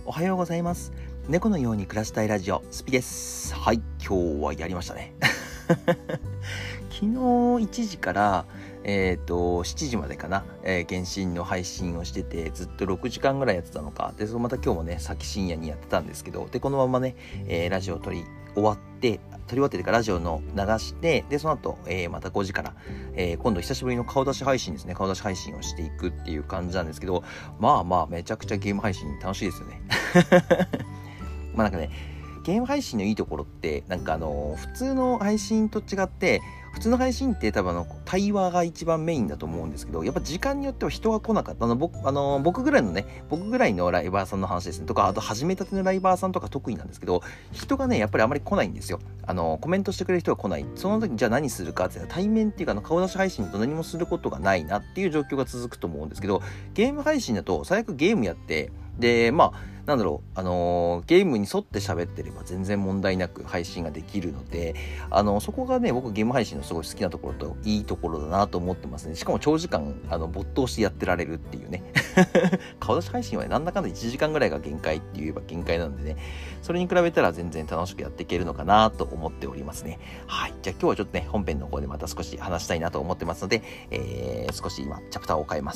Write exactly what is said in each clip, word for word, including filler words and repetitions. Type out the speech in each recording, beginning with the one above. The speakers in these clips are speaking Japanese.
おはようございます。猫のように暮らしたいラジオスピです。はい、今日はやりましたね昨日いちじからえっとしちじまでかな、えー、原神の配信をしてて、ずっとろくじかんぐらいやってたのかで、そのまた今日もね先深夜にやってたんですけど、でこのままね、えー、ラジオを撮り終わって撮り終わってというかラジオの流して、でその後、えー、またごじから、えー、今度久しぶりの顔出し配信ですね顔出し配信をしていくっていう感じなんですけど、まあまあめちゃくちゃゲーム配信楽しいですよねまあなんかね、ゲーム配信のいいところってなんかあの普通の配信と違って、普通の配信って多分あの対話が一番メインだと思うんですけど、やっぱ時間によっては人が来なかったあの 僕, あの僕ぐらいのね僕ぐらいのライバーさんの話ですねとか、あと始めたてのライバーさんとか得意なんですけど、人がねやっぱりあまり来ないんですよ。あのコメントしてくれる人が来ない。その時じゃあ何するかって対面っていうかの顔出し配信と何もすることがないなっていう状況が続くと思うんですけど、ゲーム配信だと最悪ゲームやってでまあなんだろう、あのー、ゲームに沿って喋ってれば全然問題なく配信ができるので、あのー、そこがね僕ゲーム配信のすごい好きなところといいところだなと思ってますね。しかも長時間あの没頭してやってられるっていうね顔出し配信はねなんだかんだいちじかんぐらいが限界って言えば限界なんでね、それに比べたら全然楽しくやっていけるのかなと思っておりますね。はい、じゃあ今日はちょっとね本編の方でまた少し話したいなと思ってますので、えー、少し今チャプターを変えます。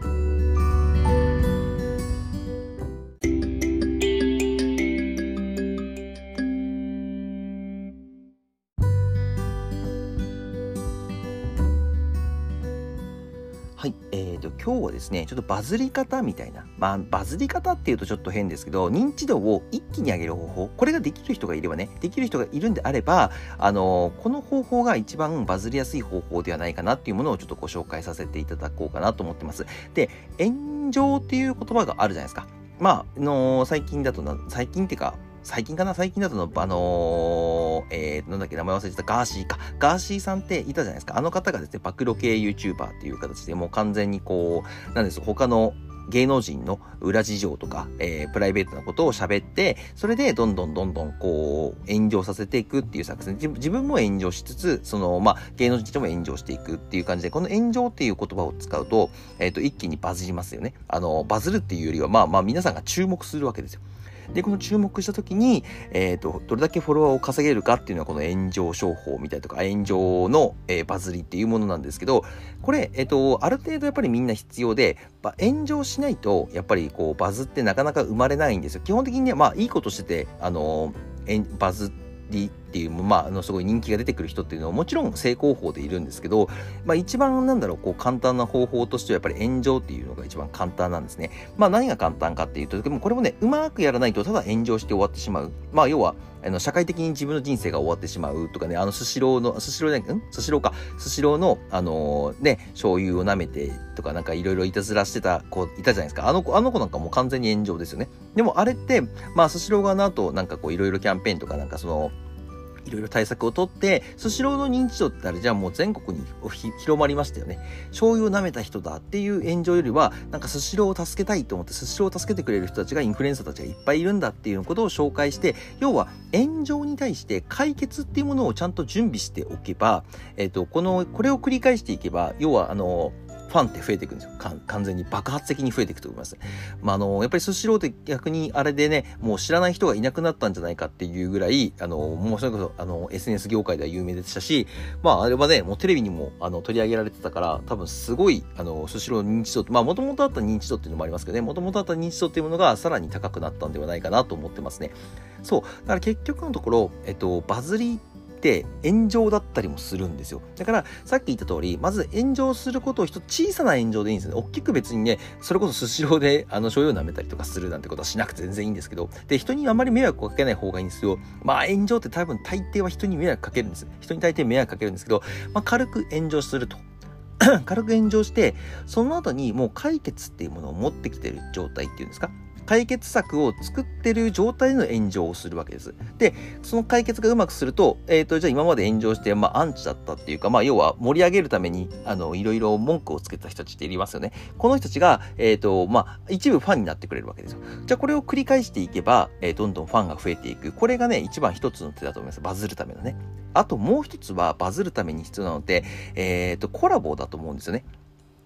はい、えーと今日はですねちょっとバズり方みたいな、まあバズり方っていうとちょっと変ですけど、認知度を一気に上げる方法、これができる人がいればねできる人がいるんであれば、あのー、この方法が一番バズりやすい方法ではないかなっていうものをちょっとご紹介させていただこうかなと思ってます。で、炎上っていう言葉があるじゃないですか。まあ、あのー、最近だとな最近っていうか最近かな最近だとの、あのー、えー、なんだっけ、名前忘れてた、ガーシーか。ガーシーさんっていたじゃないですか。あの方がですね、暴露系 YouTuber っていう形でもう完全にこう、なんです、他の芸能人の裏事情とか、えー、プライベートなことを喋って、それでどんどんどんどんこう、炎上させていくっていう作戦。自分も炎上しつつ、その、まあ、芸能人としても炎上していくっていう感じで、この炎上っていう言葉を使うと、えっと、一気にバズりますよね。あの、バズるっていうよりは、まあまあ皆さんが注目するわけですよ。で、この注目したときに、えっと、どれだけフォロワーを稼げるかっていうのは、この炎上商法みたいなとか、炎上の、えー、バズりっていうものなんですけど、これ、えっと、ある程度やっぱりみんな必要で、まあ、炎上しないと、やっぱりこう、バズってなかなか生まれないんですよ。基本的にね、まあ、いいことしてて、あのー、バズっていう、まあ、あのすごい人気が出てくる人っていうのはもちろん成功法でいるんですけど、まあ、一番なんだろうこう簡単な方法としてはやっぱり炎上っていうのが一番簡単なんですね。まあ何が簡単かっていうと、でもこれもねうまくやらないとただ炎上して終わってしまう。まあ要はあの社会的に自分の人生が終わってしまうとかね、あのスシローのスシローねんスシローかスシローのあのー、ね醤油を舐めてとかなんかいろいろいたずらしてた子いたじゃないですか。あの子あの子なんかもう完全に炎上ですよね。でもあれってまあスシロー側の後なんかこういろいろキャンペーンとかなんかそのいろいろ対策をとって、スシローの認知度ってあれじゃあもう全国に広まりましたよね。醤油を舐めた人だっていう炎上よりは、なんかスシローを助けたいと思ってスシローを助けてくれる人たちがインフルエンサーたちがいっぱいいるんだっていうことを紹介して、要は炎上に対して解決っていうものをちゃんと準備しておけば、えっと、この、これを繰り返していけば、要はあの、ファンって増えていくんですよ。完全に爆発的に増えていくと思います。まあ、あの、やっぱりスシローって逆にあれでね、もう知らない人がいなくなったんじゃないかっていうぐらい、あの、もうそれこそ、あの、エスエヌエス 業界では有名でしたし、まあ、あれはね、もうテレビにも、あの、取り上げられてたから、多分すごい、あの、スシローの認知度って、まあ、もともとあった認知度っていうのもありますけどね、もともとあった認知度っていうものがさらに高くなったんではないかなと思ってますね。そう。だから結局のところ、えっと、バズりって炎上だったりもするんですよ。だからさっき言った通り、まず炎上することを一つ小さな炎上でいいんですよね。大きく別にね、それこそスシローであの醤油を舐めたりとかするなんてことはしなくて全然いいんですけど、で人にあんまり迷惑をかけない方がいいんですよ。まあ炎上って多分大抵は人に迷惑かけるんです。人に大抵迷惑かけるんですけど、まあ軽く炎上すると。軽く炎上して、その後にもう解決っていうものを持ってきてる状態っていうんですか。解決策を作ってる状態の炎上をするわけです。で、その解決がうまくすると、えっと、じゃあ今まで炎上して、まあ、アンチだったっていうか、まあ、要は盛り上げるために、あの、いろいろ文句をつけた人たちっていますよね。この人たちが、えっと、まあ、一部ファンになってくれるわけですよ。じゃあこれを繰り返していけば、えー、どんどんファンが増えていく。これがね、一番一つの手だと思います。バズるためのね。あともう一つは、バズるために必要なので、えっと、コラボだと思うんですよね。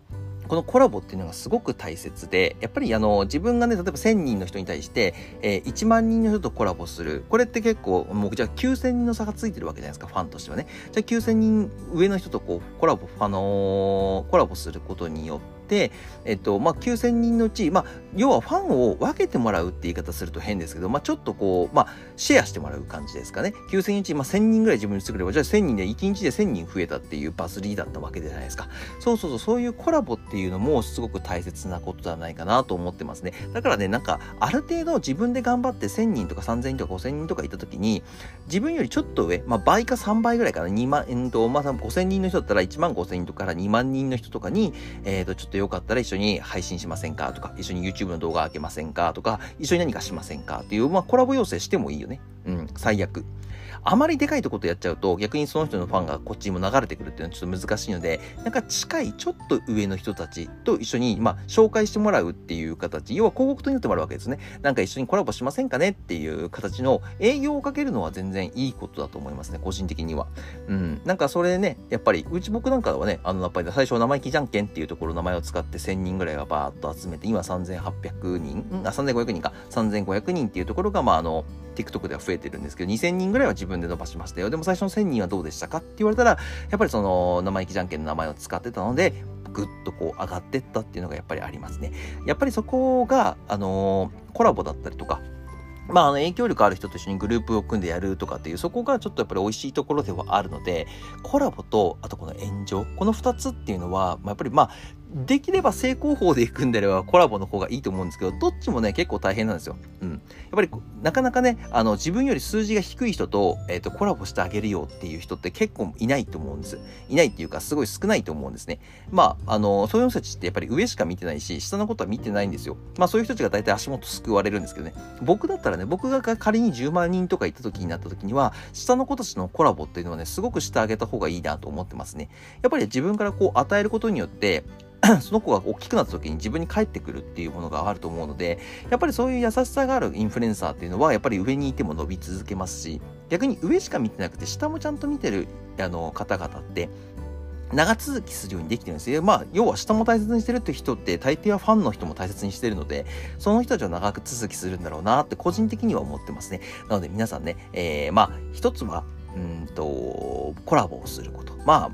このコラボっていうのがすごく大切で、やっぱりあの自分がね、例えばせんにんの人に対して、えー、いちまんにんの人とコラボする。これって結構、もうじゃあきゅうせんにんの差がついてるわけじゃないですか、ファンとしてはね。じゃあきゅうせんにん上の人とこうコラボ、あのー、コラボすることによって、で、えっと、まあ、きゅうせんにんのうち、まあ、要はファンを分けてもらうって言い方すると変ですけど、まあ、ちょっとこう、まあ、シェアしてもらう感じですかね。きゅうせんにんのうち、まあ、せんにんぐらい自分にしてくれば、じゃあせんにんでいちにちでせんにん増えたっていうバズりだったわけじゃないですか。そうそうそう、そういうコラボっていうのもすごく大切なことではないかなと思ってますね。だからね、なんか、ある程度自分で頑張ってせんにんとかさんぜんにんとかごせんにんとかいたときに、自分よりちょっと上、まあ、倍かさんばいぐらいかな、にまん、えーと、まあ、ごせんにんの人だったらいちまんごせんにんとかからにまんにんの人とかに、えーと、ちょっとよかったら一緒に配信しませんかとか、一緒に YouTube の動画開けませんかとか、一緒に何かしませんかっていう、まあ、コラボ要請してもいいよね。うん、最悪。あまりでかいとことやっちゃうと、逆にその人のファンがこっちにも流れてくるっていうのはちょっと難しいので、なんか近いちょっと上の人たちと一緒に、まあ、紹介してもらうっていう形、要は広告塔になってもらうわけですね。なんか一緒にコラボしませんかねっていう形の営業をかけるのは全然いいことだと思いますね、個人的には。うん。なんかそれね、やっぱり、うち僕なんかはね、あの、やっぱり最初生意気じゃんけんっていうところの名前を使ってせんにんぐらいはバーッと集めて、今さんぜんはっぴゃくにん、あ、さんぜんごひゃくにんか、さんぜんごひゃくにんっていうところが、まあ、あの、TikTok では増えてるんですけど、にせんにんぐらいは自分で伸ばしましたよ。でも最初のせんにんはどうでしたかって言われたら、やっぱりその生意気じゃんけんの名前を使ってたので、ぐっとこう上がってったっていうのがやっぱりありますね。やっぱりそこが、あのー、コラボだったりとか、まあ、あの影響力ある人と一緒にグループを組んでやるとかっていう、そこがちょっとやっぱり美味しいところではあるので、コラボと、あとこの炎上、この二つっていうのは、まあ、やっぱりまあ、できれば正攻法でいくんであればコラボの方がいいと思うんですけど、どっちもね、結構大変なんですよ。うん。やっぱり、なかなかね、あの、自分より数字が低い人と、えっと、コラボしてあげるよっていう人って結構いないと思うんです。いないっていうか、すごい少ないと思うんですね。まあ、あの、そういう人たちってやっぱり上しか見てないし、下のことは見てないんですよ。まあ、そういう人たちが大体足元救われるんですけどね。僕だったらね、僕が仮にじゅうまんにんとかいった時になった時には、下の子たちのコラボっていうのはね、すごくしてあげた方がいいなと思ってますね。やっぱり自分からこう与えることによって、その子が大きくなった時に自分に返ってくるっていうものがあると思うので、やっぱりそういう優しさがあるインフルエンサーっていうのは、やっぱり上にいても伸び続けますし、逆に上しか見てなくて、下もちゃんと見てるあの方々って、長続きするようにできてるんですよ。まあ、要は下も大切にしてるって人って、大抵はファンの人も大切にしてるので、その人たちは長く続きするんだろうなって個人的には思ってますね。なので皆さんね、えー、まあ、一つは、うんと、コラボをすること。まあ、うん、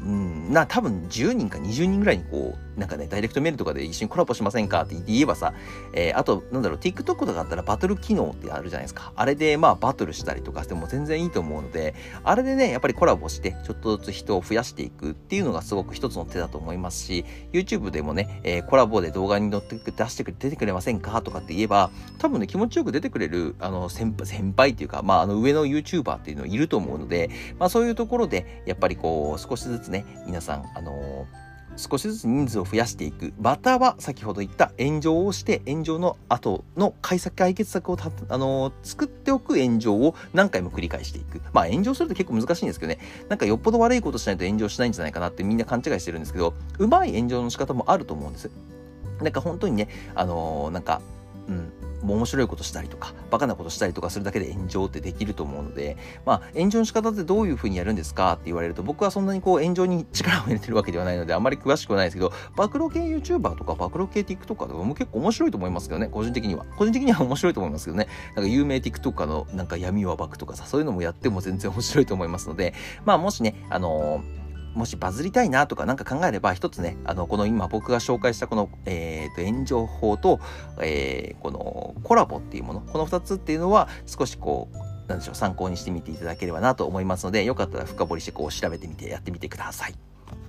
な、多分じゅうにんかにじゅうにんぐらいにこう、なんかね、ダイレクトメールとかで一緒にコラボしませんかって言えばさ、えー、あと、なんだろう、TikTok とかだったらバトル機能ってあるじゃないですか。あれで、まあ、バトルしたりとかしても全然いいと思うので、あれでね、やっぱりコラボして、ちょっとずつ人を増やしていくっていうのがすごく一つの手だと思いますし、YouTube でもね、えー、コラボで動画に乗って出してくれ、出てくれませんかとかって言えば、多分ね、気持ちよく出てくれる、あの、先輩、先輩っていうか、まあ、あの、上の YouTuber っていうのいると思うので、まあ、そういうところで、やっぱりこう、少しずつね、皆さん、あのー、少しずつ人数を増やしていく。または、先ほど言った炎上をして、炎上の後の解決解決策をた、あのー、作っておく炎上を何回も繰り返していく。まあ、炎上すると結構難しいんですけどね。なんかよっぽど悪いことしないと炎上しないんじゃないかなってみんな勘違いしてるんですけど、うまい炎上の仕方もあると思うんです。なんか本当にね、あのー、なんか、うん、もう面白いことしたりとか、バカなことしたりとかするだけで炎上ってできると思うので、まあ、炎上の仕方ってどういう風にやるんですかって言われると、僕はそんなにこう炎上に力を入れてるわけではないので、あまり詳しくはないですけど、暴露系 YouTuber とか暴露系 TikToker とかも結構面白いと思いますけどね、個人的には。個人的には面白いと思いますけどね、なんか有名 TikToker のなんか闇を暴くとかさ、そういうのもやっても全然面白いと思いますので、まあ、もしね、あのーもしバズりたいなとかなんか考えれば、一つね、あの、この今僕が紹介したこの、えっと、炎上法と、えー、このコラボっていうもの、この二つっていうのは少しこう、なんでしょう、参考にしてみていただければなと思いますので、よかったら深掘りしてこう調べてみてやってみてください。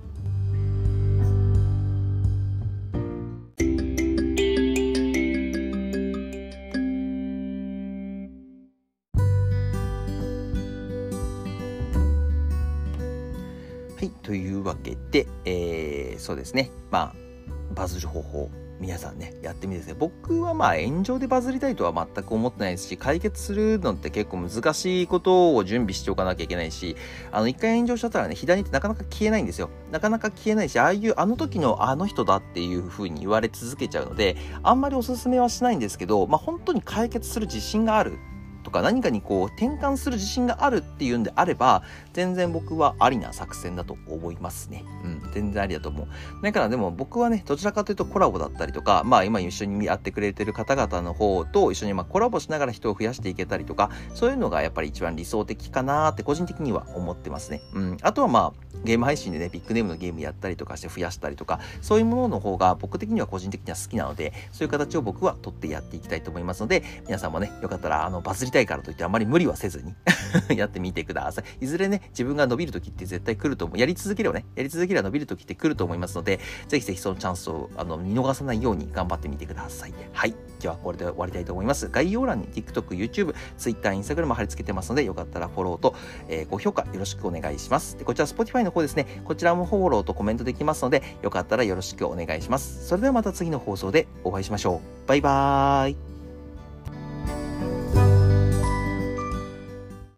はい、というわけで、えー、そうですね。まあ、バズる方法、皆さんね、やってみてですね。僕はまあ、炎上でバズりたいとは全く思ってないですし、解決するのって結構難しいことを準備しておかなきゃいけないし、あの、一回炎上しちゃったらね、左ってなかなか消えないんですよ。なかなか消えないし、ああいう、あの時のあの人だっていう風に言われ続けちゃうので、あんまりおすすめはしないんですけど、まあ、本当に解決する自信があるとか何かにこう転換する自信があるっていうんであれば、全然僕はありな作戦だと思いますね。うん、全然ありだと思う。だからでも僕はね、どちらかというとコラボだったりとか、まあ今一緒にやってくれてる方々の方と一緒にまあコラボしながら人を増やしていけたりとか、そういうのがやっぱり一番理想的かなって個人的には思ってますね。うん。あとはまあ、ゲーム配信でね、ビッグネームのゲームやったりとかして増やしたりとか、そういうものの方が僕的には個人的には好きなので、そういう形を僕は取ってやっていきたいと思いますので、皆さんもね、よかったらあのバズりたいからといってあまり無理はせずにやってみてください。いずれね、自分が伸びる時って絶対来ると思う。やり続ければね、やり続ければ伸びる時って来ると思いますので、ぜひぜひそのチャンスをあの見逃さないように頑張ってみてください。はい。では、これで終わりたいと思います。概要欄に TikTok、YouTube、Twitter、Instagram 貼り付けてますので、よかったらフォローと、えー、高評価よろしくお願いします。で、こちら Spotify の方ですね、こちらもフォローとコメントできますので、よかったらよろしくお願いします。それではまた次の放送でお会いしましょう。バイバーイ。